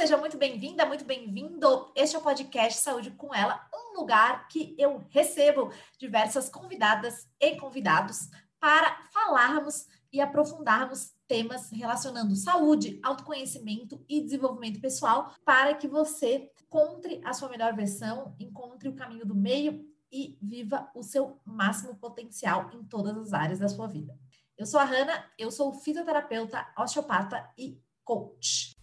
seja muito bem-vinda, muito bem-vindo. Este é o podcast Saúde com Ela, um lugar que eu recebo diversas convidadas e convidados para falarmos e aprofundarmos temas relacionando saúde, autoconhecimento e desenvolvimento pessoal para que você encontre a sua melhor versão, encontre o caminho do meio e viva o seu máximo potencial em todas as áreas da sua vida. Eu sou a Hanna, eu sou fisioterapeuta, osteopata e coach.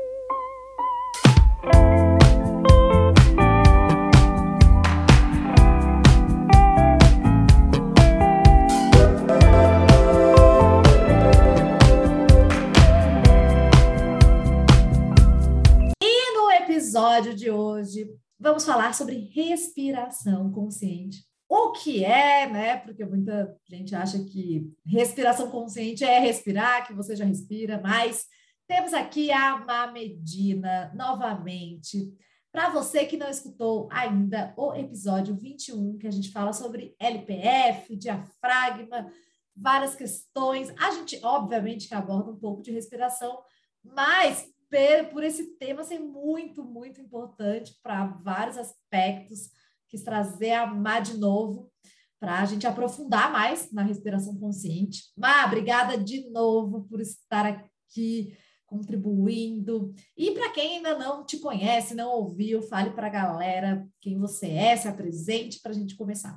E no episódio de hoje, vamos falar sobre respiração consciente. O que é, né? Porque muita gente acha que respiração consciente é respirar, que você já respira, mas temos aqui a Má Medina novamente. Para você que não escutou ainda o episódio 21, que a gente fala sobre LPF, diafragma, várias questões. A gente, obviamente, que aborda um pouco de respiração, mas por esse tema ser muito, muito importante para vários aspectos, quis trazer a Má de novo para a gente aprofundar mais na respiração consciente. Má, obrigada de novo por estar aqui contribuindo. E para quem ainda não te conhece, não ouviu, fale para a galera quem você é, se apresente para a gente começar.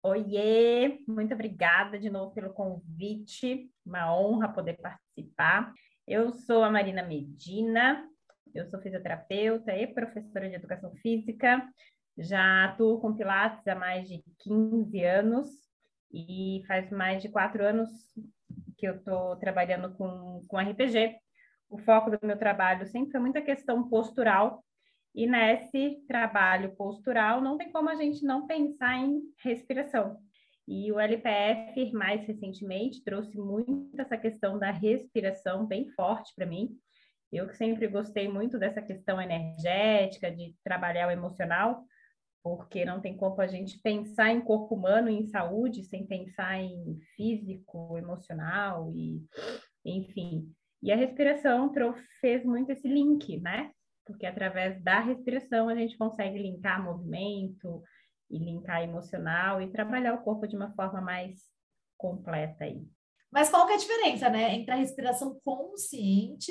Oiê, muito obrigada de novo pelo convite, uma honra poder participar. Eu sou a Marina Medina, eu sou fisioterapeuta e professora de educação física, já atuo com Pilates há mais de 15 anos e faz mais de 4 anos que eu estou trabalhando com RPG. O foco do meu trabalho sempre foi muita questão postural, e nesse trabalho postural não tem como a gente não pensar em respiração. E o LPF, mais recentemente, trouxe muito essa questão da respiração bem forte para mim. Eu que sempre gostei muito dessa questão energética, de trabalhar o emocional, porque não tem como a gente pensar em corpo humano e em saúde sem pensar em físico, emocional e enfim. E a respiração fez muito esse link, né? Porque através da respiração a gente consegue linkar movimento e linkar emocional e trabalhar o corpo de uma forma mais completa aí. Mas qual que é a diferença, né, entre a respiração consciente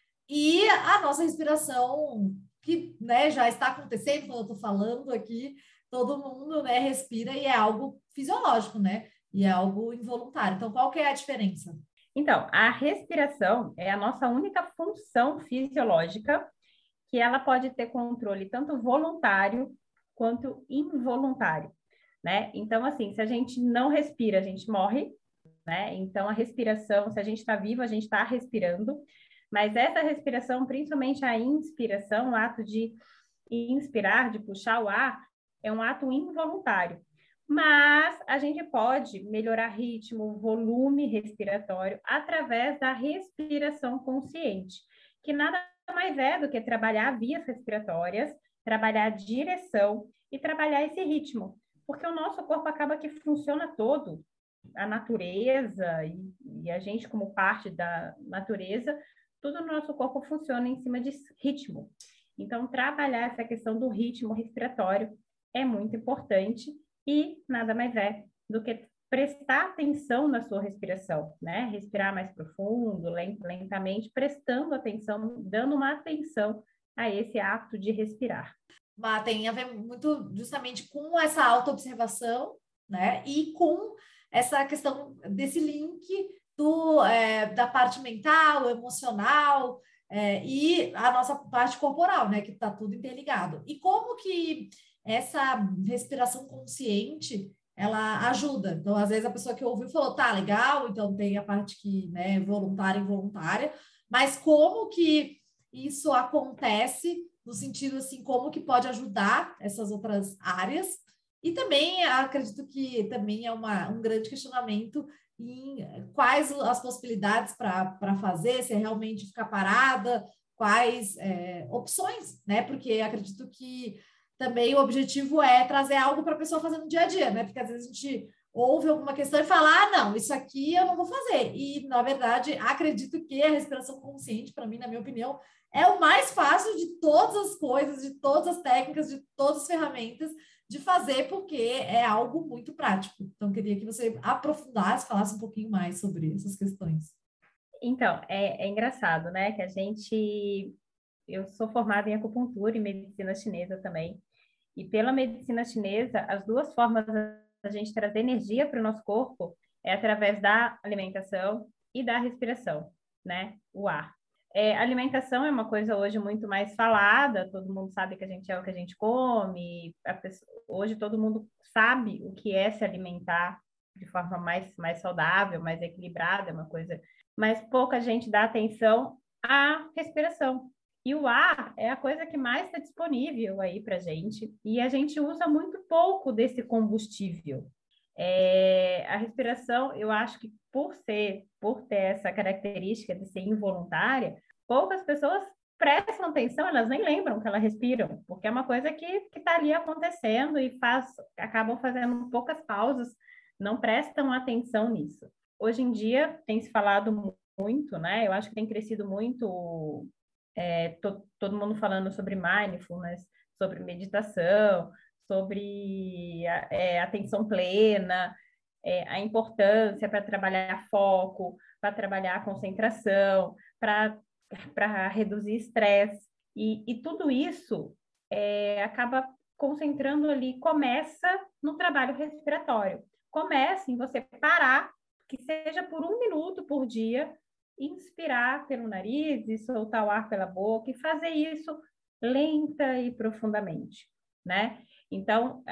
e a nossa respiração que, né, já está acontecendo quando eu estou falando aqui, todo mundo, né, respira e é algo fisiológico, né? E é algo involuntário. Então, qual que é a diferença? Então, a respiração é a nossa única função fisiológica que ela pode ter controle tanto voluntário quanto involuntário, né? Então, assim, se a gente não respira, a gente morre, né? Então, a respiração, se a gente está vivo, a gente está respirando, mas essa respiração, principalmente a inspiração, o ato de inspirar, de puxar o ar, é um ato involuntário. Mas a gente pode melhorar ritmo, volume respiratório através da respiração consciente, que nada mais é do que trabalhar vias respiratórias, trabalhar a direção e trabalhar esse ritmo, porque o nosso corpo acaba que funciona todo, a natureza e a gente como parte da natureza, tudo no nosso corpo funciona em cima de ritmo. Então, trabalhar essa questão do ritmo respiratório é muito importante e nada mais é do que prestar atenção na sua respiração, né? Respirar mais profundo, lentamente, prestando atenção, dando uma atenção a esse ato de respirar. Mas tem a ver muito justamente com essa autoobservação, né? E com essa questão desse link da parte mental, emocional, e a nossa parte corporal, né? Que está tudo interligado. E como que essa respiração consciente ela ajuda? Então, às vezes a pessoa que ouviu falou, tá, legal, então tem a parte que, né, voluntária e involuntária, mas como que isso acontece no sentido, assim, como que pode ajudar essas outras áreas? E também, acredito que também é um grande questionamento em quais as possibilidades para fazer, se é realmente ficar parada, quais opções, né? Porque acredito que também o objetivo é trazer algo para a pessoa fazer no dia a dia, né? Porque às vezes a gente ouve alguma questão e fala, ah, não, isso aqui eu não vou fazer. E, na verdade, acredito que a respiração consciente, para mim, na minha opinião, é o mais fácil de coisas, de todas as técnicas, de todas as ferramentas de fazer, porque é algo muito prático. Então, queria que você aprofundasse, falasse um pouquinho mais sobre essas questões. Então, é engraçado, né? Eu sou formada em acupuntura e medicina chinesa também. E pela medicina chinesa, as duas formas da gente trazer energia para o nosso corpo é através da alimentação e da respiração, né? O ar. A alimentação é uma coisa hoje muito mais falada, todo mundo sabe que a gente é o que a gente come, hoje todo mundo sabe o que é se alimentar de forma mais saudável, mais equilibrada, é uma coisa, mas pouca gente dá atenção à respiração. E o ar é a coisa que mais está disponível aí para a gente, e a gente usa muito pouco desse combustível. A respiração, eu acho que por ter essa característica de ser involuntária, poucas pessoas prestam atenção, elas nem lembram que elas respiram, porque é uma coisa que está ali acontecendo e acabam fazendo poucas pausas, não prestam atenção nisso. Hoje em dia tem se falado muito, né? Eu acho que tem crescido muito, todo mundo falando sobre mindfulness, sobre meditação, sobre atenção plena, a importância para trabalhar foco, para trabalhar concentração, para reduzir estresse. E tudo isso acaba concentrando ali, começa no trabalho respiratório. Começa em você parar, que seja por 1 minuto por dia, inspirar pelo nariz e soltar o ar pela boca e fazer isso lenta e profundamente, né? Então,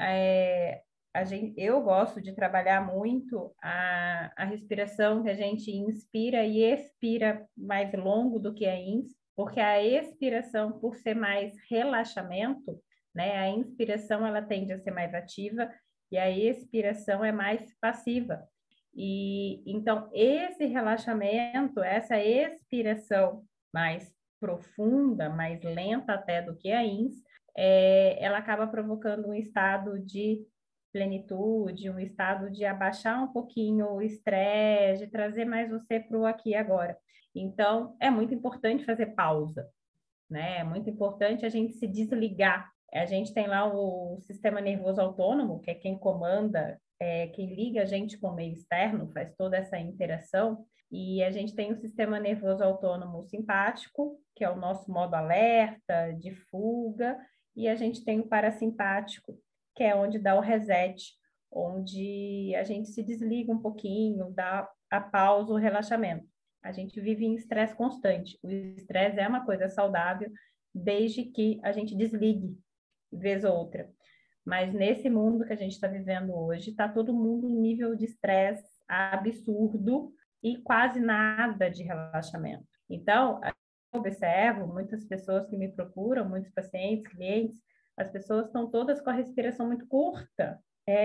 eu gosto de trabalhar muito a respiração, que a gente inspira e expira mais longo do que a ins, porque a expiração, por ser mais relaxamento, né? A inspiração ela tende a ser mais ativa e a expiração é mais passiva. E então esse relaxamento, essa expiração mais profunda, mais lenta até do que a ins, ela acaba provocando um estado de plenitude, um estado de abaixar um pouquinho o estresse, de trazer mais você para o aqui e agora. Então, é muito importante fazer pausa, né? É muito importante a gente se desligar. A gente tem lá o sistema nervoso autônomo, que é quem comanda, quem liga a gente com o meio externo, faz toda essa interação. E a gente tem o sistema nervoso autônomo simpático, que é o nosso modo alerta, de fuga, e a gente tem o parasimpático, que é onde dá o reset, onde a gente se desliga um pouquinho, dá a pausa, o relaxamento. A gente vive em estresse constante. O estresse é uma coisa saudável, desde que a gente desligue, vez ou outra. Mas nesse mundo que a gente está vivendo hoje, está todo mundo em nível de estresse absurdo e quase nada de relaxamento. Então, eu observo muitas pessoas que me procuram, muitos pacientes, clientes, as pessoas estão todas com a respiração muito curta.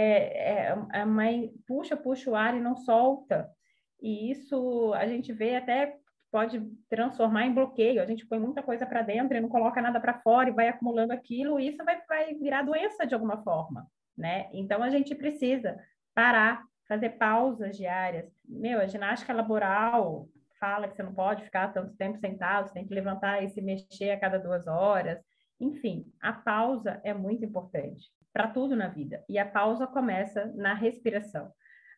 A mãe puxa o ar e não solta. E isso a gente vê até pode transformar em bloqueio. A gente põe muita coisa para dentro e não coloca nada para fora e vai acumulando aquilo, e isso vai virar doença de alguma forma, né? Então a gente precisa parar, fazer pausas diárias. A ginástica laboral fala que você não pode ficar tanto tempo sentado, você tem que levantar e se mexer a cada 2 horas. Enfim, a pausa é muito importante para tudo na vida. E a pausa começa na respiração.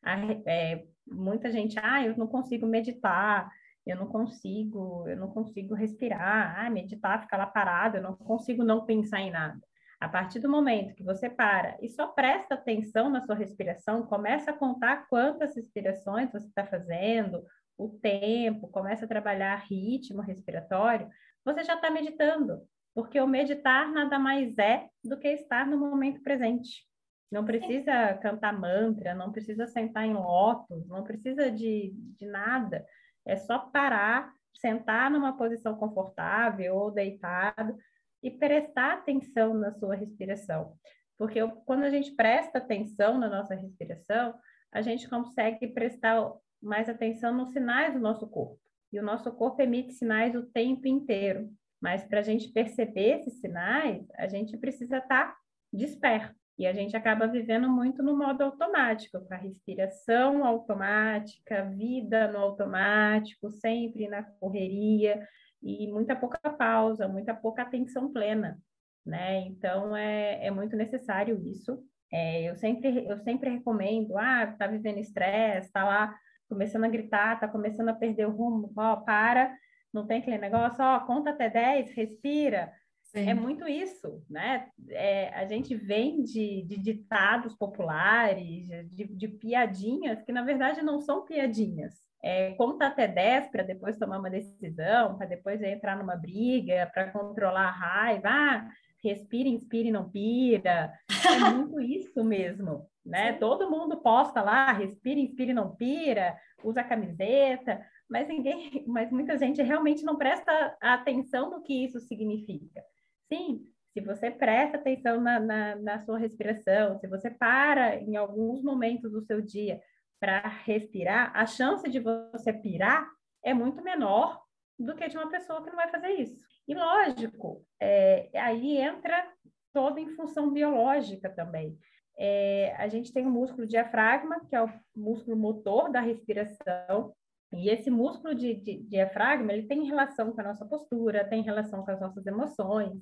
Muita gente, eu não consigo meditar, eu não consigo respirar, meditar, ficar lá parado, eu não consigo não pensar em nada. A partir do momento que você para e só presta atenção na sua respiração, começa a contar quantas respirações você está fazendo, o tempo, começa a trabalhar ritmo respiratório, você já está meditando, porque o meditar nada mais é do que estar no momento presente. Não precisa cantar mantra, não precisa sentar em lótus, não precisa de nada. É só parar, sentar numa posição confortável ou deitado e prestar atenção na sua respiração. Porque quando a gente presta atenção na nossa respiração, a gente consegue prestar mais atenção nos sinais do nosso corpo. E o nosso corpo emite sinais o tempo inteiro. Mas para a gente perceber esses sinais, a gente precisa estar desperto. E a gente acaba vivendo muito no modo automático, com a respiração automática, vida no automático, sempre na correria, e muita pouca pausa, muita pouca atenção plena. né? Então, é muito necessário isso. Eu sempre recomendo, tá vivendo estresse, tá lá começando a gritar, tá começando a perder o rumo, ó, para, não tem aquele negócio, ó, conta até 10, respira. É Sim. muito isso, né? A gente vem de ditados populares, de piadinhas, que na verdade não são piadinhas. Conta até 10 para depois tomar uma decisão, para depois entrar numa briga, para controlar a raiva. Respira, inspira e não pira. É muito isso mesmo, né? Sim. Todo mundo posta lá, respira, inspira e não pira, usa camiseta, mas mas muita gente realmente não presta atenção no que isso significa. Sim, se você presta atenção na sua respiração, se você para em alguns momentos do seu dia para respirar, a chance de você pirar é muito menor do que de uma pessoa que não vai fazer isso. E lógico, aí entra toda em função biológica também. A gente tem o músculo diafragma, que é o músculo motor da respiração, e esse músculo de diafragma, ele tem relação com a nossa postura, tem relação com as nossas emoções,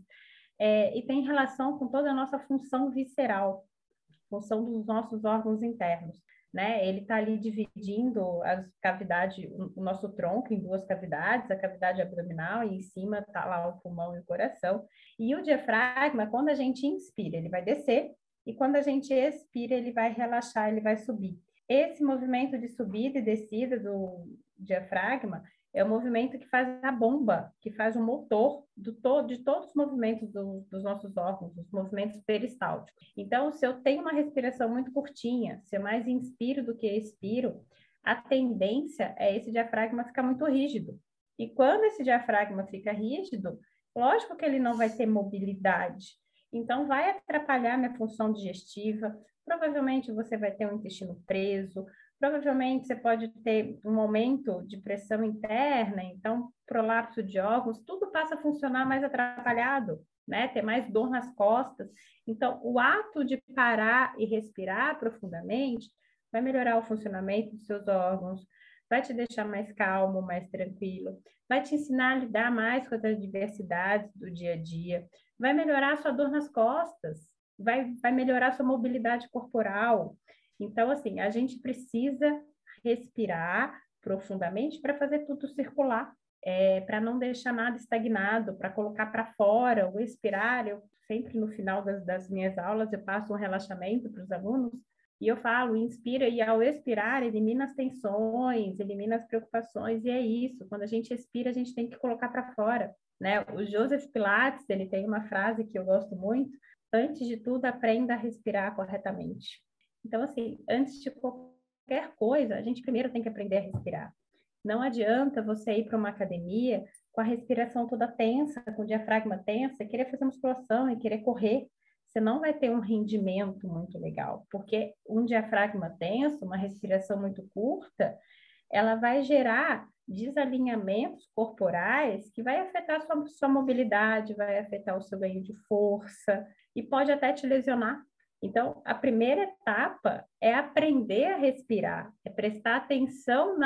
e tem relação com toda a nossa função visceral, função dos nossos órgãos internos, né? Ele está ali dividindo as cavidades, o nosso tronco em duas cavidades, a cavidade abdominal e em cima está lá o pulmão e o coração. E o diafragma, quando a gente inspira, ele vai descer, e quando a gente expira, ele vai relaxar, ele vai subir. Esse movimento de subida e descida do diafragma é o movimento que faz a bomba, que faz o motor de todos os movimentos dos nossos órgãos, os movimentos peristálticos. Então, se eu tenho uma respiração muito curtinha, se eu mais inspiro do que expiro, a tendência é esse diafragma ficar muito rígido. E quando esse diafragma fica rígido, lógico que ele não vai ter mobilidade. Então, vai atrapalhar minha função digestiva, provavelmente você vai ter um intestino preso, provavelmente você pode ter um aumento de pressão interna, então prolapso de órgãos, tudo passa a funcionar mais atrapalhado, né? Ter mais dor nas costas. Então, o ato de parar e respirar profundamente vai melhorar o funcionamento dos seus órgãos, vai te deixar mais calmo, mais tranquilo, vai te ensinar a lidar mais com as adversidades do dia a dia, vai melhorar a sua dor nas costas, vai melhorar a sua mobilidade corporal. Então, assim, a gente precisa respirar profundamente para fazer tudo circular, para não deixar nada estagnado, para colocar para fora. O expirar, eu sempre no final das minhas aulas, eu passo um relaxamento para os alunos, e eu falo, inspira, e ao expirar, elimina as tensões, elimina as preocupações, e é isso. Quando a gente expira, a gente tem que colocar para fora, né? O Joseph Pilates, ele tem uma frase que eu gosto muito: antes de tudo, aprenda a respirar corretamente. Então, assim, antes de qualquer coisa, a gente primeiro tem que aprender a respirar. Não adianta você ir para uma academia com a respiração toda tensa, com o diafragma tenso, e querer fazer musculação e querer correr. Você não vai ter um rendimento muito legal, porque um diafragma tenso, uma respiração muito curta, ela vai gerar desalinhamentos corporais que vai afetar sua mobilidade, vai afetar o seu ganho de força e pode até te lesionar. Então, a primeira etapa é aprender a respirar, é prestar atenção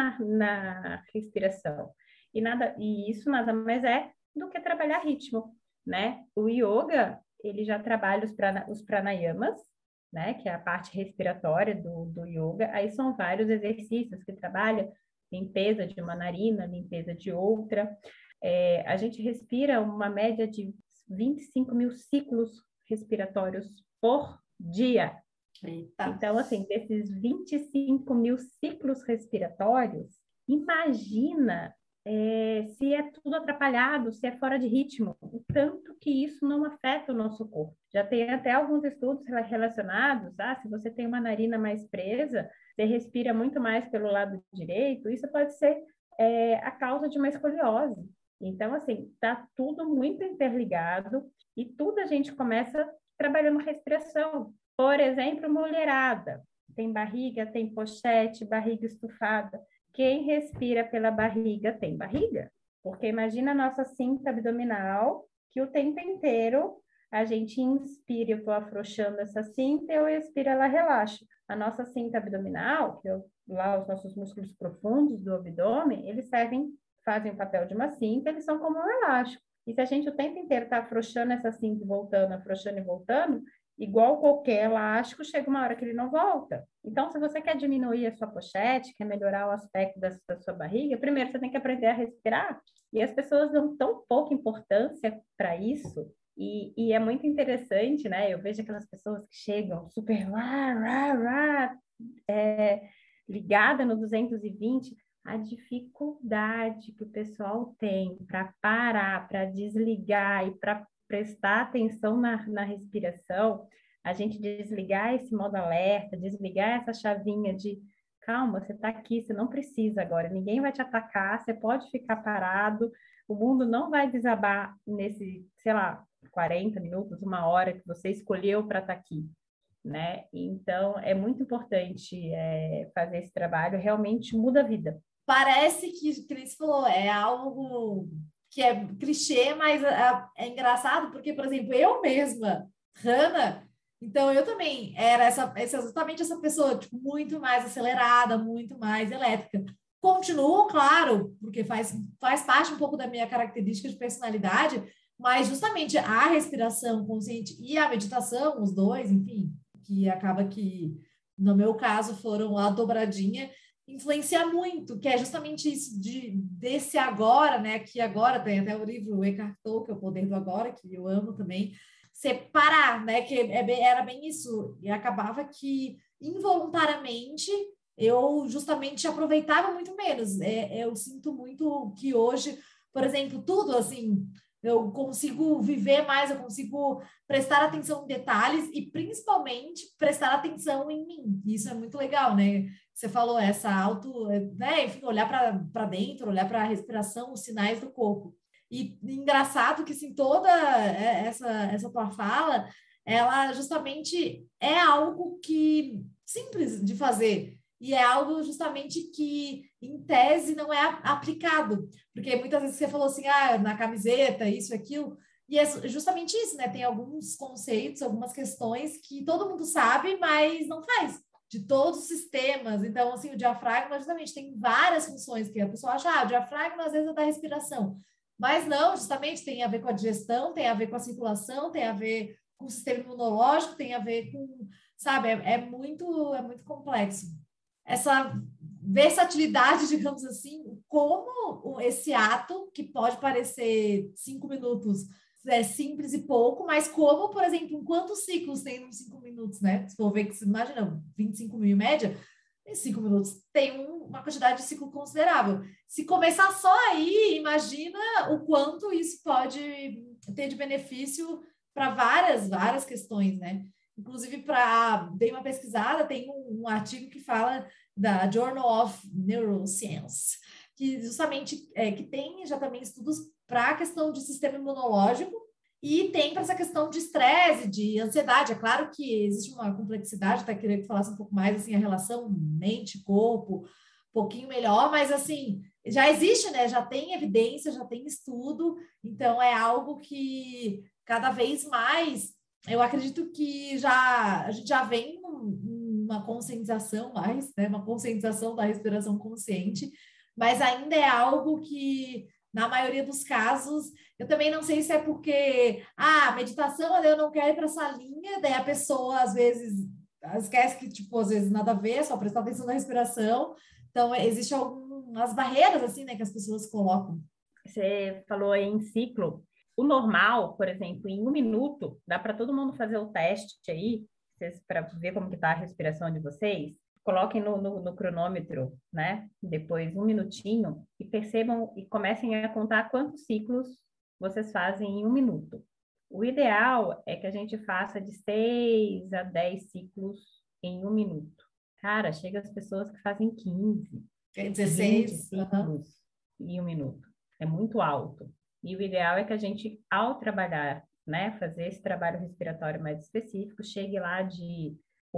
na respiração. E isso nada mais é do que trabalhar ritmo, né? O yoga, ele já trabalha os pranayamas, né? Que é a parte respiratória do yoga. Aí são vários exercícios que trabalham limpeza de uma narina, limpeza de outra. A gente respira uma média de 25 mil ciclos respiratórios por dia. Eita. Então, assim, desses 25 mil ciclos respiratórios, imagina se é tudo atrapalhado, se é fora de ritmo, o tanto que isso não afeta o nosso corpo. Já tem até alguns estudos relacionados, se você tem uma narina mais presa, você respira muito mais pelo lado direito, isso pode ser a causa de uma escoliose. Então, assim, está tudo muito interligado e tudo a gente começa trabalhando respiração. Por exemplo, mulherada, tem barriga, tem pochete, barriga estufada. Quem respira pela barriga tem barriga. Porque imagina a nossa cinta abdominal, que o tempo inteiro a gente inspira, eu estou afrouxando essa cinta, eu expiro, ela relaxa. A nossa cinta abdominal, lá os nossos músculos profundos do abdômen, eles fazem o papel de uma cinta, eles são como um elástico. E se a gente o tempo inteiro está afrouxando essa cinta e voltando, afrouxando e voltando, igual qualquer elástico, chega uma hora que ele não volta. Então, se você quer diminuir a sua pochete, quer melhorar o aspecto da sua barriga, primeiro você tem que aprender a respirar. E as pessoas dão tão pouca importância para isso. E é muito interessante, né? Eu vejo aquelas pessoas que chegam super ligada no 220, a dificuldade que o pessoal tem para parar, para desligar e para prestar atenção na respiração, a gente desligar esse modo alerta, desligar essa chavinha de calma, você está aqui, você não precisa agora, ninguém vai te atacar, você pode ficar parado, o mundo não vai desabar nesse, sei lá, 40 minutos, uma hora que você escolheu para estar aqui, né? Então, é muito importante fazer esse trabalho, realmente muda a vida. Parece que nem você falou, é algo que é clichê, mas é engraçado, porque, por exemplo, eu mesma, Hannah, então eu também era exatamente essa pessoa, tipo, muito mais acelerada, muito mais elétrica. Continuo, claro, porque faz parte um pouco da minha característica de personalidade, mas justamente a respiração consciente e a meditação, os dois, enfim, que acaba que, no meu caso, foram a dobradinha, influencia muito, que é justamente isso desse agora, né? Que agora tem até o livro Eckhart Tolle, que é o Poder do Agora, que eu amo também, separar, né? Que era bem isso, e acabava que involuntariamente eu justamente aproveitava muito menos. Eu sinto muito que hoje, por exemplo, tudo assim, eu consigo viver mais, eu consigo prestar atenção em detalhes e principalmente prestar atenção em mim. Isso é muito legal, né? Você falou essa né? Enfim, olhar para dentro, olhar para a respiração, os sinais do corpo. E engraçado que assim, toda essa tua fala, ela justamente é algo que simples de fazer. E é algo justamente que, em tese, não é aplicado. Porque muitas vezes você falou assim, na camiseta, isso, aquilo. E é justamente isso, né? Tem alguns conceitos, algumas questões que todo mundo sabe, mas não faz. De todos os sistemas. Então, assim, o diafragma, justamente, tem várias funções que a pessoa acha, o diafragma às vezes é da respiração. Mas não, justamente tem a ver com a digestão, tem a ver com a circulação, tem a ver com o sistema imunológico, tem a ver com, sabe, é muito complexo. Essa versatilidade, digamos assim, como esse ato, que pode parecer 5 minutos, é simples e pouco, mas como, por exemplo, em quantos ciclos tem nos 5 minutos, né? Se for ver que, imagina, 25 mil em média, em 5 minutos tem uma quantidade de ciclo considerável. Se começar só aí, imagina o quanto isso pode ter de benefício para várias questões, né? Inclusive, dei uma pesquisada, tem um artigo que fala da Journal of Neuroscience, que justamente que tem já também estudos para a questão de sistema imunológico e tem para essa questão de estresse, de ansiedade. É claro que existe uma complexidade, até queria que falasse um pouco mais assim a relação mente-corpo, um pouquinho melhor, mas assim, já existe, né? Já tem evidência, já tem estudo, então é algo que cada vez mais eu acredito que a gente já vem uma conscientização mais, né? Uma conscientização da respiração consciente, mas ainda é algo que, na maioria dos casos, eu também não sei se é porque, meditação, eu não quero ir para essa linha, daí a pessoa, às vezes, esquece que, tipo, às vezes nada a ver, só prestar atenção na respiração. Então, existem algumas barreiras, assim, né, que as pessoas colocam. Você falou aí em ciclo. O normal, por exemplo, em 1 minuto, dá para todo mundo fazer o teste aí, para ver como que está a respiração de vocês. Coloquem no cronômetro, né? Depois 1 minutinho e percebam e comecem a contar quantos ciclos vocês fazem em 1 minuto. O ideal é que a gente faça de 6 a 10 ciclos em 1 minuto. Cara, chega as pessoas que fazem 15, 20 ciclos em 1 minuto. É muito alto. E o ideal é que a gente, ao trabalhar, né, fazer esse trabalho respiratório mais específico, chegue lá de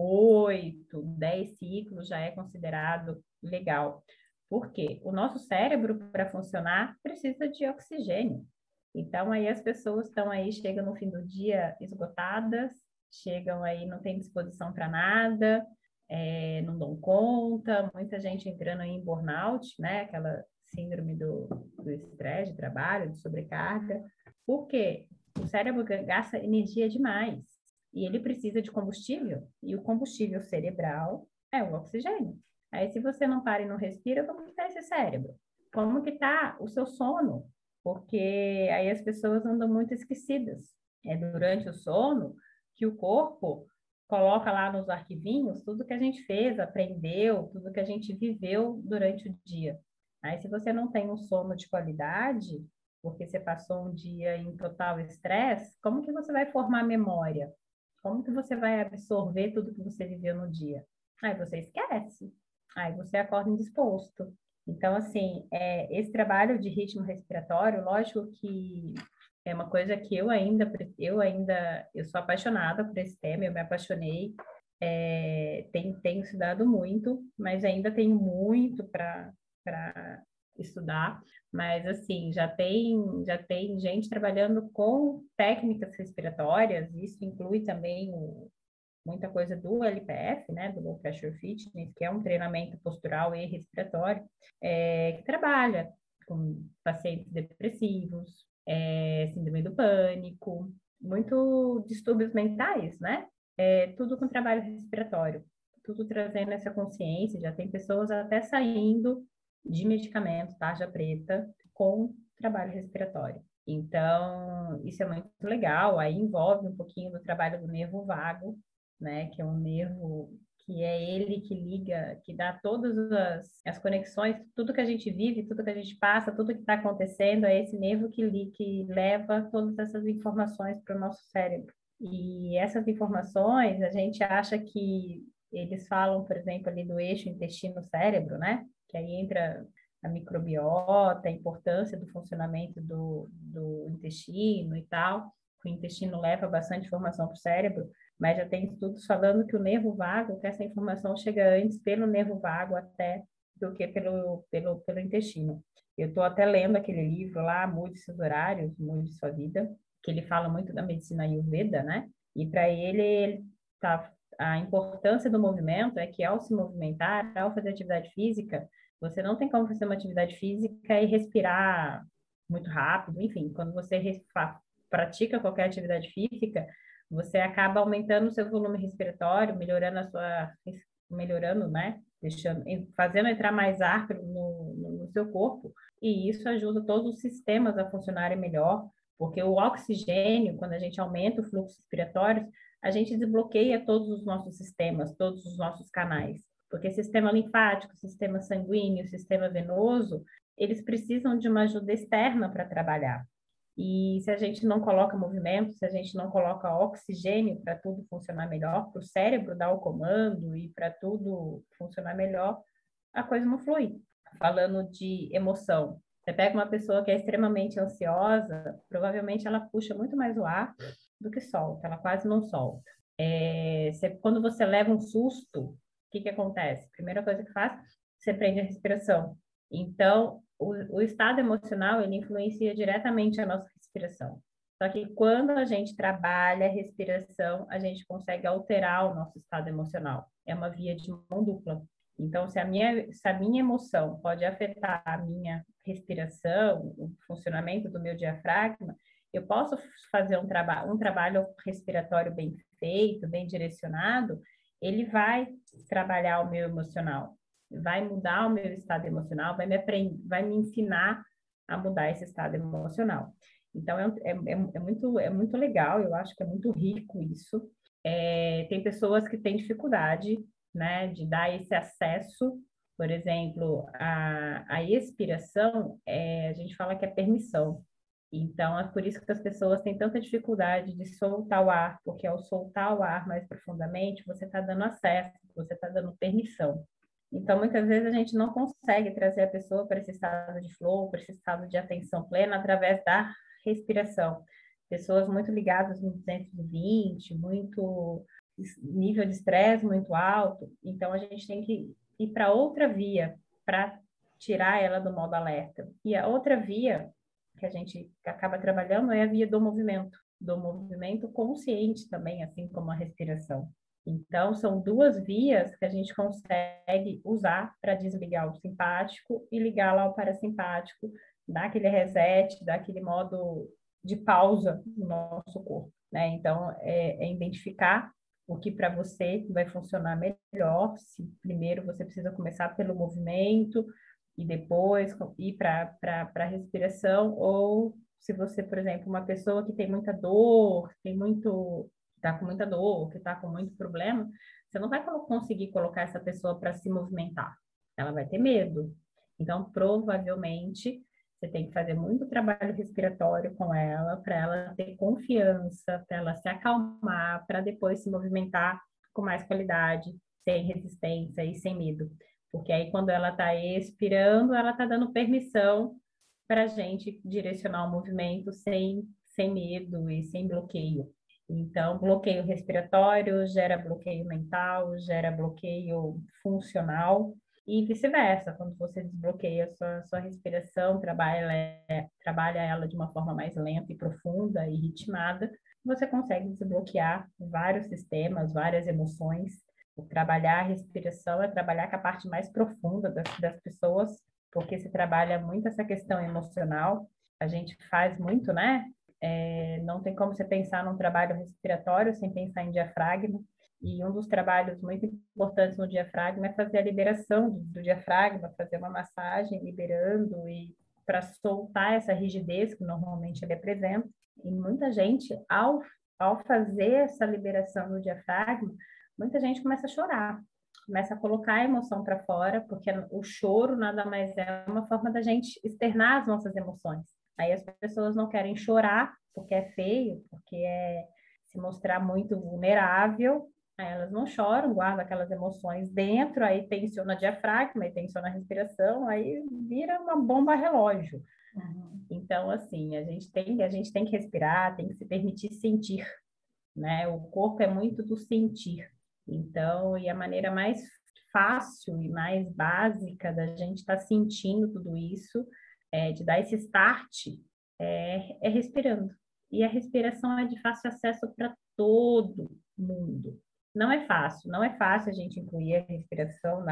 8, 10 ciclos, já é considerado legal. Porque o nosso cérebro, para funcionar, precisa de oxigênio. Então, aí as pessoas estão aí, chegam no fim do dia esgotadas, chegam aí, não tem disposição para nada, não dão conta, muita gente entrando aí em burnout, né, aquela síndrome do estresse de trabalho, de sobrecarga. Por quê? O cérebro gasta energia demais e ele precisa de combustível, e o combustível cerebral é o oxigênio. Aí, se você não para e não respira, como que está esse cérebro? Como que está o seu sono? Porque aí as pessoas andam muito esquecidas. É durante o sono que o corpo coloca lá nos arquivinhos tudo que a gente fez, aprendeu, tudo que a gente viveu durante o dia. Aí, se você não tem um sono de qualidade, porque você passou um dia em total estresse, como que você vai formar memória? Como que você vai absorver tudo que você viveu no dia? Aí você esquece. Aí você acorda indisposto. Então, assim, esse trabalho de ritmo respiratório, lógico que é uma coisa que eu sou apaixonada por esse tema, eu me apaixonei, tenho estudado muito, mas ainda tenho muito para estudar, mas assim, já tem gente trabalhando com técnicas respiratórias, isso inclui também muita coisa do LPF, né, do Low Pressure Fitness, que é um treinamento postural e respiratório, que trabalha com pacientes depressivos, síndrome do pânico, muito distúrbios mentais, né? Tudo com trabalho respiratório, tudo trazendo essa consciência, já tem pessoas até saindo de medicamento, tarja preta, com trabalho respiratório. Então, isso é muito legal, aí envolve um pouquinho do trabalho do nervo vago, né, que é um nervo que é ele que liga, que dá todas as conexões, tudo que a gente vive, tudo que a gente passa, tudo que está acontecendo, é esse nervo que leva todas essas informações para o nosso cérebro. E essas informações, a gente acha que eles falam, por exemplo, ali do eixo intestino-cérebro, né? Que aí entra a microbiota, a importância do funcionamento do intestino e tal. O intestino leva bastante informação para o cérebro, mas já tem estudos falando que o nervo vago, que essa informação chega antes pelo nervo vago até do que pelo intestino. Eu estou até lendo aquele livro lá, Mude Seus Horários, Mude Sua Vida, que ele fala muito da medicina Ayurveda, né? E para ele tá, a importância do movimento é que ao se movimentar, ao fazer atividade física, você não tem como fazer uma atividade física e respirar muito rápido, enfim, quando você pratica qualquer atividade física, você acaba aumentando o seu volume respiratório, melhorando, né? Fazendo entrar mais ar no seu corpo, e isso ajuda todos os sistemas a funcionarem melhor, porque o oxigênio, quando a gente aumenta o fluxo respiratório, a gente desbloqueia todos os nossos sistemas, todos os nossos canais. Porque sistema linfático, sistema sanguíneo, sistema venoso, eles precisam de uma ajuda externa para trabalhar. E se a gente não coloca movimento, se a gente não coloca oxigênio para tudo funcionar melhor, para o cérebro dar o comando e para tudo funcionar melhor, a coisa não flui. Falando de emoção, você pega uma pessoa que é extremamente ansiosa, provavelmente ela puxa muito mais o ar do que solta, ela quase não solta. Quando você leva um susto, o que acontece? Primeira coisa que faz, você prende a respiração. Então, o estado emocional, ele influencia diretamente a nossa respiração. Só que quando a gente trabalha a respiração, a gente consegue alterar o nosso estado emocional. É uma via de mão dupla. Então, se a minha emoção pode afetar a minha respiração, o funcionamento do meu diafragma, eu posso fazer um trabalho respiratório bem feito, bem direcionado, ele vai trabalhar o meu emocional, vai mudar o meu estado emocional, vai me ensinar a mudar esse estado emocional. Então, é muito legal, eu acho que é muito rico isso. Tem pessoas que têm dificuldade, né, de dar esse acesso. Por exemplo, a expiração, a gente fala que é permissão. Então, é por isso que as pessoas têm tanta dificuldade de soltar o ar, porque ao soltar o ar mais profundamente, você está dando acesso, você está dando permissão. Então, muitas vezes a gente não consegue trazer a pessoa para esse estado de flow, para esse estado de atenção plena através da respiração. Pessoas muito ligadas no 220, muito nível de estresse muito alto, então a gente tem que ir para outra via para tirar ela do modo alerta. E a outra via que a gente acaba trabalhando é a via do movimento consciente também, assim como a respiração. Então, são duas vias que a gente consegue usar para desligar o simpático e ligar lá o parasimpático, dar aquele reset, dar aquele modo de pausa no nosso corpo, né? Então, é identificar o que para você vai funcionar melhor. Se primeiro você precisa começar pelo movimento e depois ir para a respiração, ou se você, por exemplo, uma pessoa que tem muita dor, está com muita dor, que está com muito problema, você não vai conseguir colocar essa pessoa para se movimentar. Ela vai ter medo. Então, provavelmente, você tem que fazer muito trabalho respiratório com ela, para ela ter confiança, para ela se acalmar, para depois se movimentar com mais qualidade, sem resistência e sem medo. Porque aí, quando ela está expirando, ela está dando permissão para a gente direcionar o movimento sem medo e sem bloqueio. Então, bloqueio respiratório gera bloqueio mental, gera bloqueio funcional e vice-versa. Quando você desbloqueia sua respiração, trabalha ela de uma forma mais lenta e profunda e ritmada, você consegue desbloquear vários sistemas, várias emoções. Trabalhar a respiração é trabalhar com a parte mais profunda das pessoas, porque se trabalha muito essa questão emocional. A gente faz muito, né? Não tem como você pensar num trabalho respiratório sem pensar em diafragma. E um dos trabalhos muito importantes no diafragma é fazer a liberação do diafragma, fazer uma massagem liberando e para soltar essa rigidez que normalmente ele apresenta. E muita gente, ao fazer essa liberação do diafragma, muita gente começa a chorar, começa a colocar a emoção para fora, porque o choro nada mais é uma forma da gente externar as nossas emoções. Aí as pessoas não querem chorar porque é feio, porque é se mostrar muito vulnerável. Aí elas não choram, guardam aquelas emoções dentro, aí tensiona a diafragma, aí tensiona a respiração, aí vira uma bomba relógio. Uhum. Então, assim, a gente tem que respirar, tem que se permitir sentir, né? O corpo é muito do sentir. Então, e a maneira mais fácil e mais básica da gente estar sentindo tudo isso, de dar esse start, é respirando. E a respiração é de fácil acesso para todo mundo. Não é fácil a gente incluir a respiração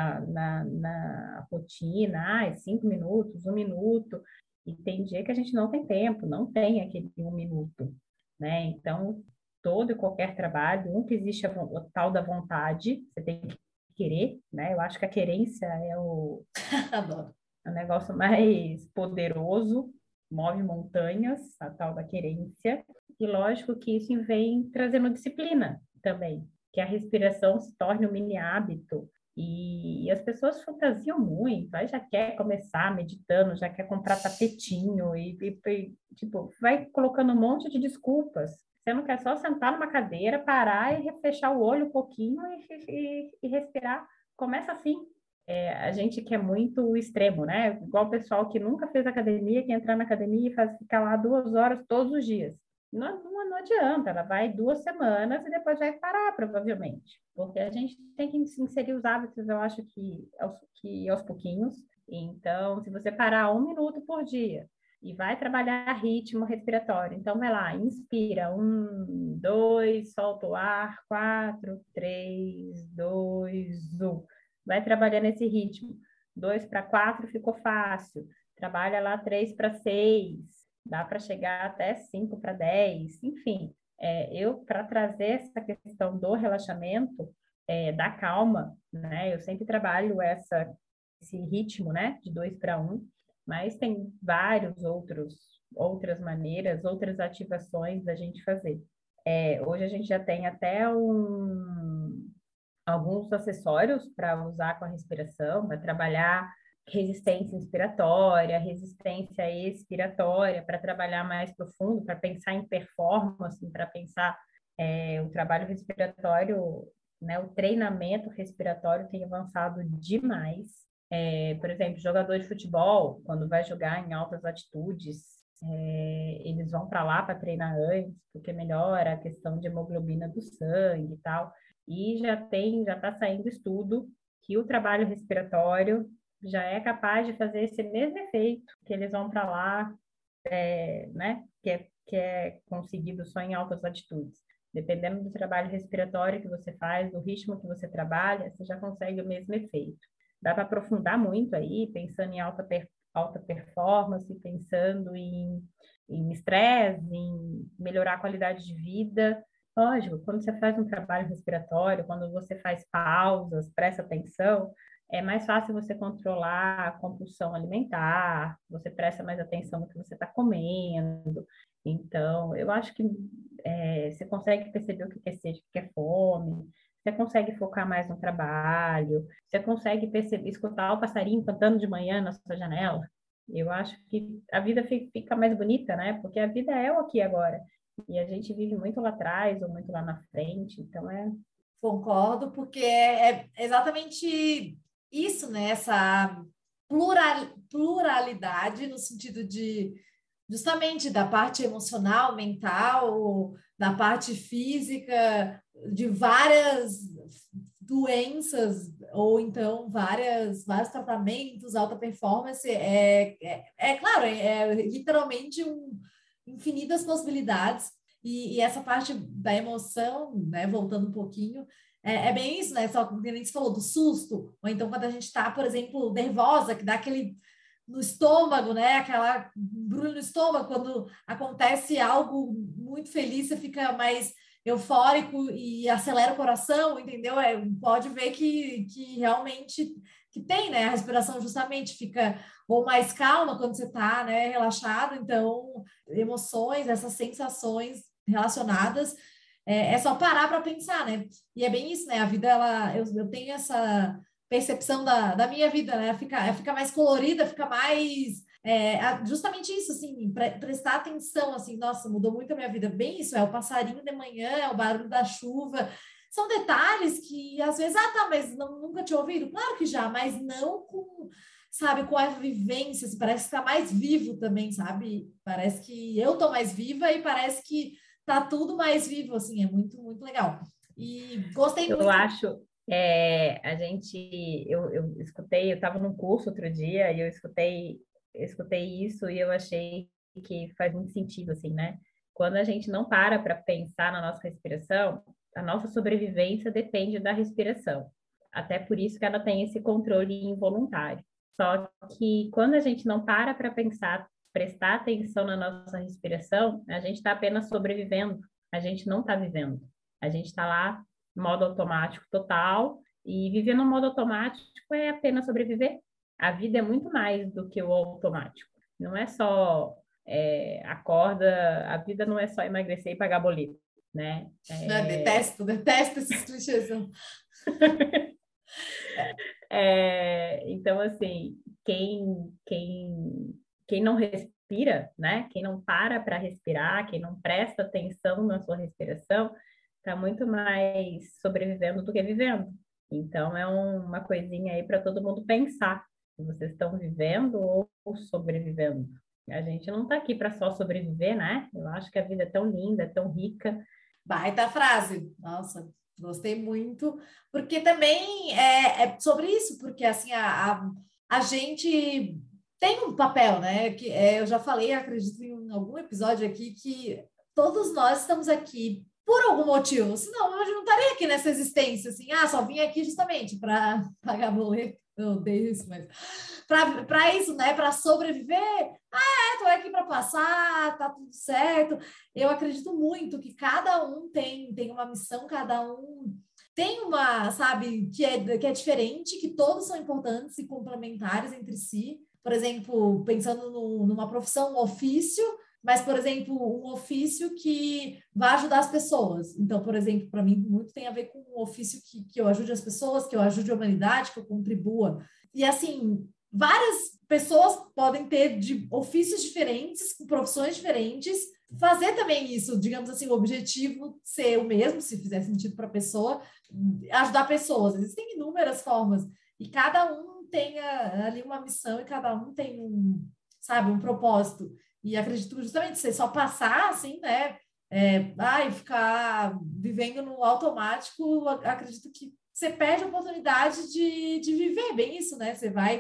na rotina, 5 minutos, 1 minuto, e tem dia que a gente não tem tempo, não tem aquele 1 minuto, né? Então, todo e qualquer trabalho, que existe a tal da vontade, você tem que querer, né? Eu acho que a querência é o negócio mais poderoso, move montanhas, a tal da querência. E lógico que isso vem trazendo disciplina também, que a respiração se torne um mini hábito. E as pessoas fantasiam muito, aí já quer começar meditando, já quer comprar tapetinho tipo, vai colocando um monte de desculpas. Você não quer só sentar numa cadeira, parar e fechar o olho um pouquinho e respirar. Começa assim. A gente quer muito o extremo, né? Igual o pessoal que nunca fez academia, que entrar na academia e ficar lá 2 horas todos os dias. Não adianta, ela vai 2 semanas e depois vai parar, provavelmente. Porque a gente tem que inserir os hábitos, eu acho que aos pouquinhos. Então, se você parar 1 minuto por dia e vai trabalhar ritmo respiratório, então vai lá, inspira, 1, 2, solta o ar, 4, 3, 2, 1. Vai trabalhando esse ritmo. 2 para 4 ficou fácil. Trabalha lá 3 para 6. Dá para chegar até 5 para 10. Enfim, para trazer essa questão do relaxamento, da calma, né? Eu sempre trabalho esse ritmo, né? De 2 para 1. Mas tem outras maneiras, outras ativações da gente fazer. Hoje a gente já tem até alguns acessórios para usar com a respiração, para trabalhar resistência inspiratória, resistência expiratória, para trabalhar mais profundo, para pensar em performance, para pensar o trabalho respiratório, né, o treinamento respiratório tem avançado demais. Por exemplo, jogador de futebol, quando vai jogar em altas altitudes, eles vão para lá para treinar antes, porque melhora a questão de hemoglobina do sangue e tal. E já está saindo estudo que o trabalho respiratório já é capaz de fazer esse mesmo efeito que eles vão para lá, né? Que é conseguido só em altas altitudes. Dependendo do trabalho respiratório que você faz, do ritmo que você trabalha, você já consegue o mesmo efeito. Dá para aprofundar muito aí, pensando em alta alta performance, pensando em estresse, em melhorar a qualidade de vida. Lógico, quando você faz um trabalho respiratório, quando você faz pausas, presta atenção, é mais fácil você controlar a compulsão alimentar, você presta mais atenção no que você está comendo. Então, eu acho que você consegue perceber o que é sede, o que é fome, você consegue focar mais no trabalho, você consegue perceber, escutar o passarinho cantando de manhã na sua janela. Eu acho que a vida fica mais bonita, né? Porque a vida é o aqui e agora. E a gente vive muito lá atrás ou muito lá na frente, então Concordo, porque é exatamente isso, né? Essa pluralidade no sentido de justamente da parte emocional, mental, da parte física, de várias doenças, ou então vários tratamentos, alta performance, é claro, é literalmente infinitas possibilidades, e essa parte da emoção, né, voltando um pouquinho, é bem isso, né? Só que nem você falou do susto, ou então quando a gente está, por exemplo, nervosa, que dá aquele no estômago, né? Aquela brulha no estômago, quando acontece algo muito feliz, você fica mais eufórico e acelera o coração, entendeu? Pode ver que realmente que tem, né? A respiração justamente fica ou mais calma quando você está, né, relaxado. Então, emoções, essas sensações relacionadas, é só parar para pensar, né? E é bem isso, né? A vida, eu tenho essa percepção da minha vida, né? Fica mais colorida, fica mais. Justamente isso, assim, prestar atenção, assim, nossa, mudou muito a minha vida. Bem isso, é o passarinho de manhã, é o barulho da chuva. São detalhes que às vezes, tá, mas nunca tinha ouvido. Claro que já, mas não com, sabe, com a vivência, assim, parece que está mais vivo também, sabe? Parece que eu tô mais viva e parece que tá tudo mais vivo, assim, é muito, muito legal. E gostei eu muito. acho, eu escutei, eu estava num curso outro dia e eu escutei isso e eu achei que faz muito sentido, assim, né? Quando a gente não para pensar na nossa respiração, a nossa sobrevivência depende da respiração. Até por isso que ela tem esse controle involuntário. Só que quando a gente não para pensar, prestar atenção na nossa respiração, a gente está apenas sobrevivendo, a gente não está vivendo. A gente está lá modo automático total, e viver no modo automático é apenas sobreviver. A vida é muito mais do que o automático. Não é só acorda, a vida não é só emagrecer e pagar boleto, né? Detesto esses clichês. Então, assim, quem não respira, né? Quem não para respirar, quem não presta atenção na sua respiração, está muito mais sobrevivendo do que vivendo. Então, é uma coisinha aí para todo mundo pensar. Se vocês estão vivendo ou sobrevivendo. A gente não está aqui para só sobreviver, né? Eu acho que a vida é tão linda, é tão rica. Baita frase. Nossa, gostei muito. Porque também é sobre isso, porque assim, a gente tem um papel, né? Eu já falei, acredito em algum episódio aqui, que todos nós estamos aqui por algum motivo. Senão, eu não estaria aqui nessa existência, assim, só vim aqui justamente para pagar boleto. Eu odeio isso, mas para isso, né? Para sobreviver. Tô aqui para passar, tá tudo certo. Eu acredito muito que cada um tem uma missão, cada um tem uma, sabe, que é diferente, que todos são importantes e complementares entre si. Por exemplo, pensando numa profissão, um ofício, mas, por exemplo, um ofício que vai ajudar as pessoas. Então, por exemplo, para mim, muito tem a ver com um ofício que eu ajude as pessoas, que eu ajude a humanidade, que eu contribua. E, assim, várias pessoas podem ter de ofícios diferentes, com profissões diferentes, fazer também isso, digamos assim, o objetivo ser o mesmo, se fizer sentido para a pessoa, ajudar pessoas. Existem inúmeras formas, e cada um tem ali uma missão, e cada um tem sabe, um propósito. E acredito justamente você só passar assim, né? E ficar vivendo no automático, acredito que você perde a oportunidade de viver bem isso, né? Você vai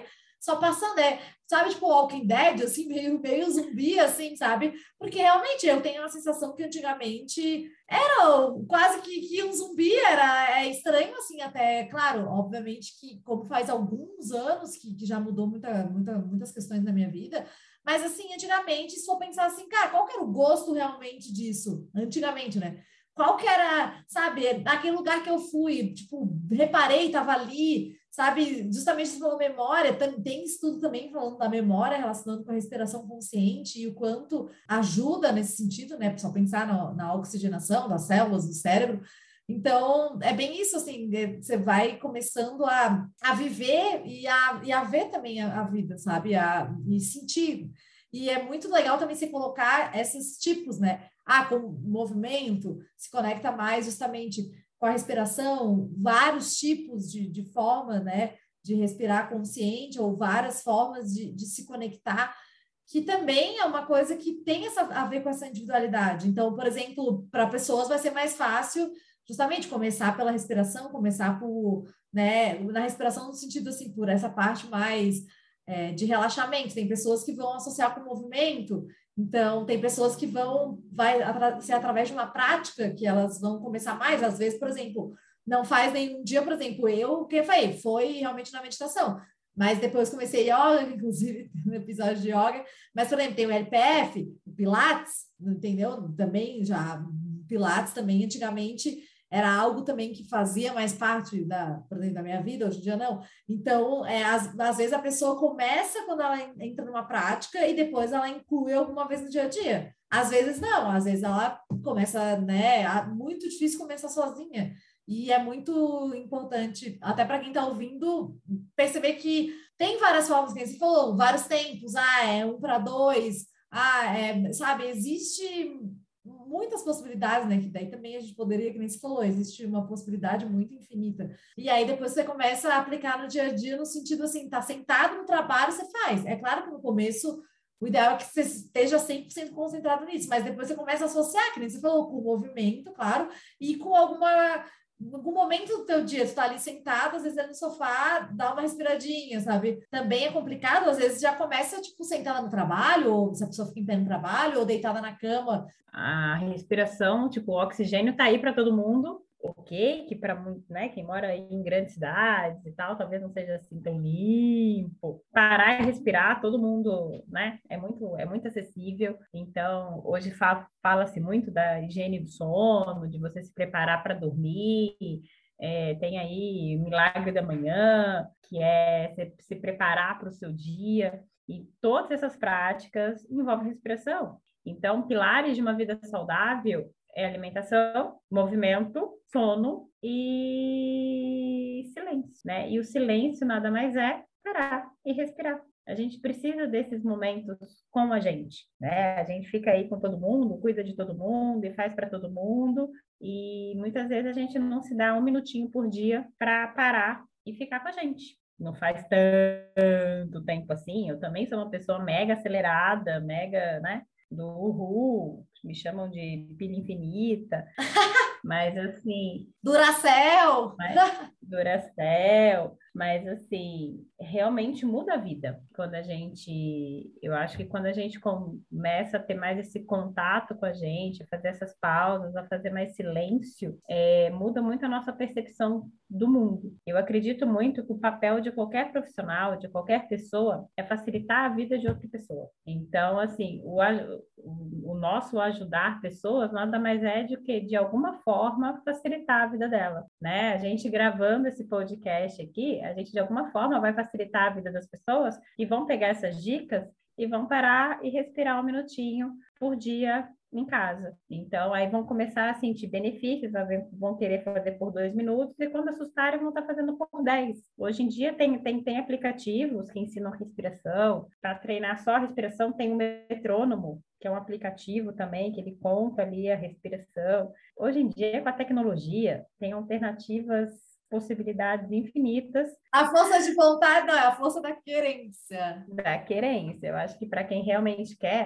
só passando, sabe, tipo Walking Dead, assim, meio zumbi, assim, sabe? Porque realmente eu tenho a sensação que antigamente era quase que um zumbi, é estranho, assim, até, claro, obviamente que como faz alguns anos que já mudou muitas questões na minha vida, mas assim, antigamente, se for pensar assim, cara, qual que era o gosto realmente disso? Antigamente, né? Qual que era, sabe, aquele lugar que eu fui, tipo, reparei, estava ali, sabe, justamente pela memória, tem estudo também falando da memória, relacionando com a respiração consciente e o quanto ajuda nesse sentido, né, só pensar na oxigenação das células do cérebro. Então, é bem isso, assim, você vai começando a viver e a ver também a vida, sabe, e sentir. E é muito legal também você colocar esses tipos, né? Com o movimento, se conecta mais justamente com a respiração, vários tipos de forma, né, de respirar consciente, ou várias formas de se conectar, que também é uma coisa que tem a ver com essa individualidade. Então, por exemplo, para pessoas vai ser mais fácil justamente começar pela respiração, começar por, né, na respiração no sentido assim, por essa parte mais de relaxamento. Tem pessoas que vão associar com o movimento, então tem pessoas que vai ser através de uma prática que elas vão começar mais, às vezes, por exemplo, não faz nenhum dia, por exemplo, o que foi realmente na meditação, mas depois comecei yoga, inclusive no episódio de yoga, mas, por exemplo, tem o LPF, o Pilates, entendeu? Também já, Pilates também, antigamente, era algo também que fazia mais parte por exemplo, da minha vida, hoje em dia não. Então, às vezes a pessoa começa quando ela entra numa prática e depois ela inclui alguma vez no dia a dia. Às vezes não, às vezes ela começa, né? Muito difícil começar sozinha. E é muito importante, até para quem está ouvindo, perceber que tem várias formas, que você falou, vários tempos, é 1 para 2, sabe, existe muitas possibilidades, né? Que daí também a gente poderia, que nem você falou, existe uma possibilidade muito infinita. E aí depois você começa a aplicar no dia a dia, no sentido assim, tá sentado no trabalho, você faz. É claro que no começo o ideal é que você esteja 100% concentrado nisso, mas depois você começa a associar, que nem você falou, com o movimento, claro, e com em algum momento do teu dia, tu tá ali sentado, às vezes é no sofá, dá uma respiradinha, sabe? Também é complicado, às vezes já começa, tipo, sentada no trabalho, ou se a pessoa fica em pé no trabalho, ou deitada na cama. A respiração, tipo, o oxigênio tá aí para todo mundo, ok, que para muito, né, quem mora em grandes cidades e tal, talvez não seja assim tão limpo. Parar e respirar, todo mundo, né, é muito acessível. Então, hoje fala-se muito da higiene do sono, de você se preparar para dormir. Tem aí o milagre da manhã, que é se preparar para o seu dia. E todas essas práticas envolvem respiração. Então, pilares de uma vida saudável é alimentação, movimento, sono e silêncio, né? E o silêncio nada mais é parar e respirar. A gente precisa desses momentos com a gente, né? A gente fica aí com todo mundo, cuida de todo mundo e faz para todo mundo, e muitas vezes a gente não se dá um minutinho por dia para parar e ficar com a gente. Não faz tanto tempo assim. Eu também sou uma pessoa mega acelerada, mega, né? Do uhul, me chamam de pilha infinita, mas assim, Duracell! Duracell, mas assim, realmente muda a vida. Eu acho que quando a gente começa a ter mais esse contato com a gente, a fazer essas pausas, a fazer mais silêncio, muda muito a nossa percepção do mundo. Eu acredito muito que o papel de qualquer profissional, de qualquer pessoa, é facilitar a vida de outra pessoa. Então, assim, o nosso ajudar pessoas nada mais é do que, de alguma forma, facilitar a vida dela, né? A gente gravando esse podcast aqui, a gente, de alguma forma, vai facilitar a vida das pessoas que vão pegar essas dicas e vão parar e respirar um minutinho por dia em casa. Então, aí vão começar a sentir benefícios, vão querer fazer por 2 minutos, e quando assustarem, vão estar fazendo por 10. Hoje em dia, tem aplicativos que ensinam respiração. Para treinar só a respiração, tem um metrônomo, que é um aplicativo também, que ele conta ali a respiração. Hoje em dia, com a tecnologia, tem alternativas, possibilidades infinitas. A força de vontade, não, é a força da querência. Da querência. Eu acho que para quem realmente quer,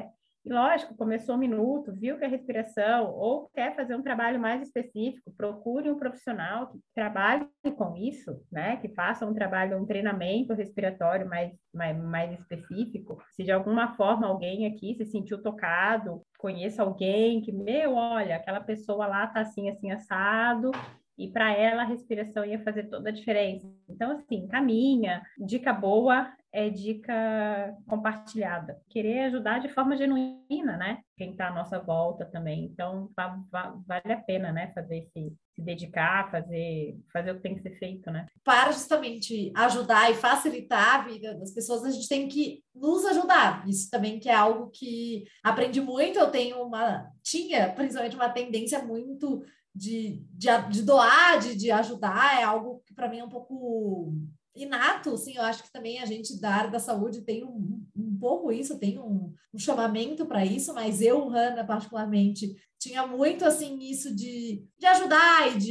E lógico, começou um minuto, viu que a respiração, ou quer fazer um trabalho mais específico, procure um profissional que trabalhe com isso, né? Que faça um trabalho, um treinamento respiratório mais específico. Se de alguma forma alguém aqui se sentiu tocado, conheça alguém que, olha, aquela pessoa lá tá assim, assim, assado, e para ela a respiração ia fazer toda a diferença. Então, assim, caminha. Dica boa é dica compartilhada. Querer ajudar de forma genuína, né? Quem está à nossa volta também. Então, vale a pena, né? Se dedicar, fazer o que tem que ser feito, né? Para justamente ajudar e facilitar a vida das pessoas, a gente tem que nos ajudar. Isso também que é algo que aprendi muito. Eu tinha principalmente uma tendência muito de doar, de ajudar, é algo que para mim é um pouco inato, assim, eu acho que também a gente da área da saúde tem um pouco isso, tem um chamamento para isso, mas eu, Hanna, particularmente, tinha muito, assim, isso de ajudar e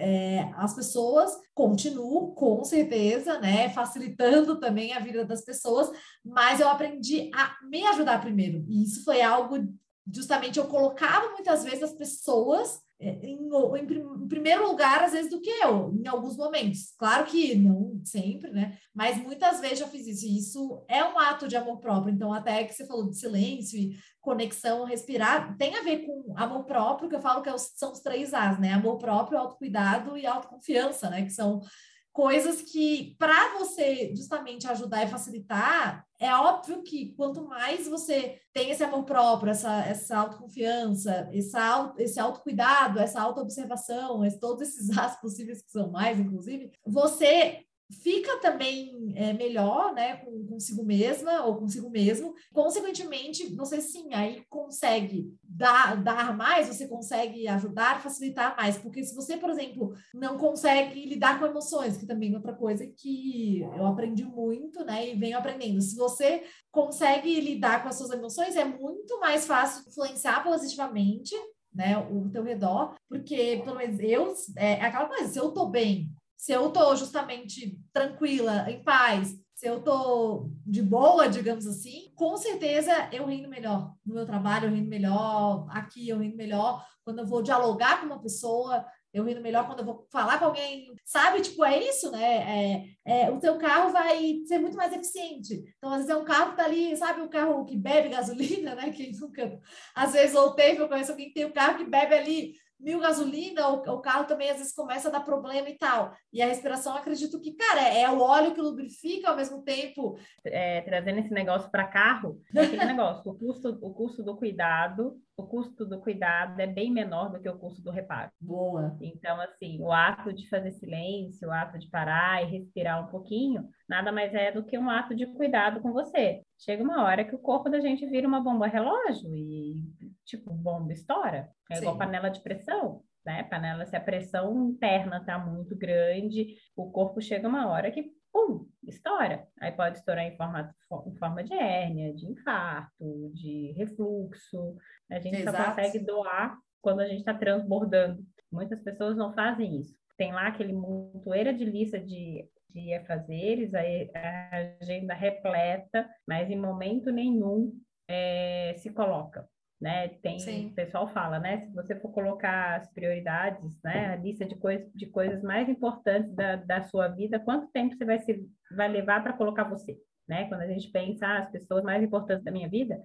as pessoas, continuo, com certeza, né, facilitando também a vida das pessoas, mas eu aprendi a me ajudar primeiro, e isso foi algo, justamente, eu colocava muitas vezes as pessoas em primeiro lugar, às vezes, do que eu, em alguns momentos. Claro que não sempre, né? Mas muitas vezes já fiz isso. E isso é um ato de amor próprio. Então, até que você falou de silêncio e conexão, respirar, tem a ver com amor próprio, que eu falo que são os 3 As, né? Amor próprio, autocuidado e autoconfiança, né? Que são coisas que, para você justamente ajudar e facilitar, é óbvio que quanto mais você tem esse amor próprio, essa autoconfiança, esse autocuidado, essa autoobservação, todos esses as possíveis que são mais, inclusive, você fica também melhor, né, consigo mesma ou consigo mesmo. Consequentemente, você sim, aí consegue dar mais, você consegue ajudar, facilitar mais. Porque se você, por exemplo, não consegue lidar com emoções, que também é outra coisa que eu aprendi muito, né, e venho aprendendo. Se você consegue lidar com as suas emoções, é muito mais fácil influenciar positivamente, né, o teu redor, porque, pelo menos é aquela coisa, se eu tô bem, se eu estou justamente tranquila, em paz, se eu estou de boa, digamos assim, com certeza eu rendo melhor no meu trabalho, eu rendo melhor aqui, eu rendo melhor quando eu vou dialogar com uma pessoa, eu rendo melhor quando eu vou falar com alguém, sabe? Tipo, é isso, né? O teu carro vai ser muito mais eficiente. Então, às vezes é um carro que tá ali, sabe? O carro que bebe gasolina, né? Quem nunca, às vezes, ou teve, eu conheço alguém que tem o carro que bebe ali 1000 gasolina, o carro também às vezes começa a dar problema e tal. E a respiração, acredito que, cara, é o óleo que lubrifica ao mesmo tempo. Trazendo esse negócio para carro, é aquele negócio, o custo do cuidado é bem menor do que o custo do reparo. Boa. Então, assim, o ato de fazer silêncio, o ato de parar e respirar um pouquinho, nada mais é do que um ato de cuidado com você. Chega uma hora que o corpo da gente vira uma bomba relógio e, tipo, bomba estoura. É igual panela de pressão, né? Panela, se a pressão interna está muito grande, o corpo chega uma hora que, pum, estoura. Aí pode estourar em forma de hérnia, de infarto, de refluxo. A gente só consegue doar quando a gente está transbordando. Muitas pessoas não fazem isso. Tem lá aquele montoeira de lista de afazeres, a agenda repleta, mas em momento nenhum se coloca. Né? O pessoal fala, né? Se você for colocar as prioridades, né? A lista de coisas mais importantes da sua vida, quanto tempo você vai levar para colocar você? Né? Quando a gente pensa as pessoas mais importantes da minha vida,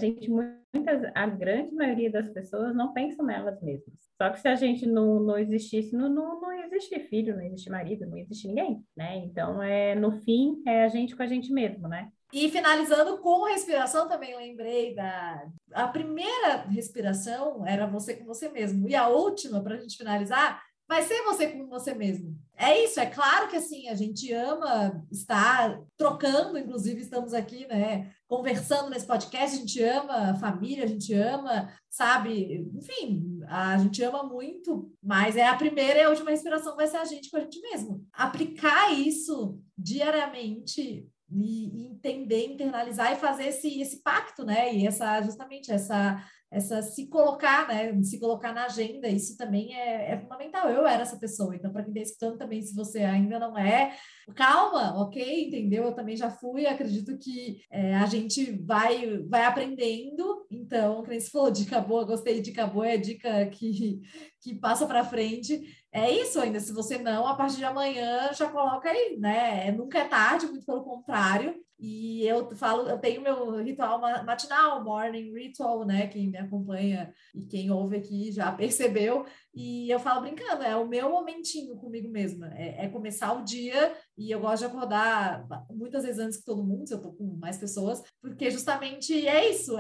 a grande maioria das pessoas não pensam nelas mesmas. Só que se a gente não existisse, não existe filho, não existe marido, não existe ninguém, né? Então, no fim, é a gente com a gente mesmo, né? E finalizando com respiração, também lembrei a primeira respiração era você com você mesmo. E a última, para a gente finalizar, vai ser você com você mesmo. É isso, é claro que assim, a gente ama estar trocando, inclusive estamos aqui, né, conversando nesse podcast, a gente ama a família, a gente ama, sabe, enfim, a gente ama muito, mas a primeira e a última respiração vai ser a gente com a gente mesmo. Aplicar isso diariamente e entender, internalizar e fazer esse pacto, né? E justamente essa se colocar, né? Se colocar na agenda, isso também é fundamental. Eu era essa pessoa, então, para quem está escutando também, se você ainda não é, calma, ok? Entendeu? Eu também já fui, acredito que a gente vai aprendendo. Então, como você falou, dica boa, gostei de dica boa, é dica que passa para frente. É isso ainda, se você não, a partir de amanhã já coloca aí, né? Nunca é tarde, muito pelo contrário. E eu falo, eu tenho meu ritual matinal, morning ritual, né? Quem me acompanha e quem ouve aqui já percebeu. E eu falo brincando, é o meu momentinho comigo mesma. É começar o dia, e eu gosto de acordar muitas vezes antes que todo mundo, se eu tô com mais pessoas, porque justamente é isso,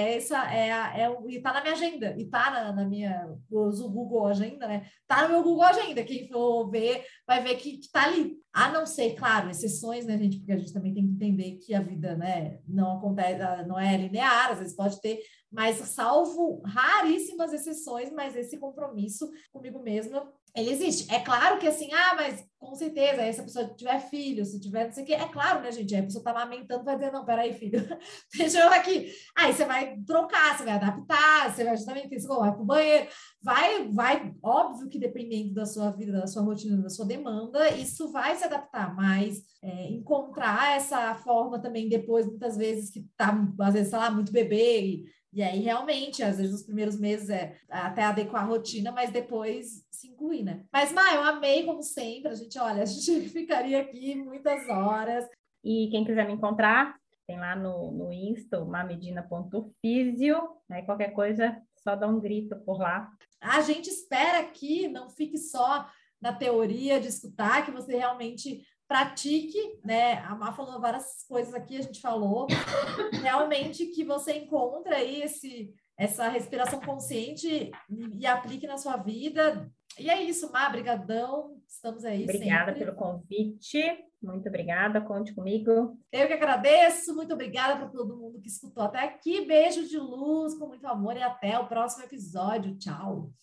e tá na minha agenda, e tá na minha, eu uso o Google Agenda, né? Tá no meu Google Agenda, quem for ver, vai ver que tá ali. A não ser, claro, exceções, né, gente? Porque a gente também tem que entender que a vida, né, não acontece, não é linear, às vezes pode ter, mas salvo raríssimas exceções, mas esse compromisso comigo mesma, ele existe. É claro que assim, mas com certeza, aí se a pessoa tiver filho, se tiver não sei o quê, é claro, né, gente? Aí a pessoa tá amamentando, vai dizer, não, peraí, filho, deixa eu aqui. Aí você vai trocar, você vai adaptar, você vai justamente, você vai pro banheiro, vai, óbvio que dependendo da sua vida, da sua rotina, da sua demanda, isso vai se adaptar, mas encontrar essa forma também depois, muitas vezes, que tá, às vezes, sei lá, muito bebê, e aí, realmente, às vezes, nos primeiros meses até adequar a rotina, mas depois se incluir, né? Mas, Má, eu amei, como sempre. A gente ficaria aqui muitas horas. E quem quiser me encontrar, tem lá no Insta, mamedina.fisio, né? Qualquer coisa, só dá um grito por lá. A gente espera que não fique só na teoria de escutar, que você realmente pratique, né? A Má falou várias coisas aqui, a gente falou. Realmente que você encontre aí essa respiração consciente e aplique na sua vida. E é isso, Má, brigadão. Estamos aí Obrigada sempre. pelo convite. Muito obrigada, conte comigo. Eu que agradeço, muito obrigada para todo mundo que escutou até aqui. Beijo de luz, com muito amor e até o próximo episódio. Tchau.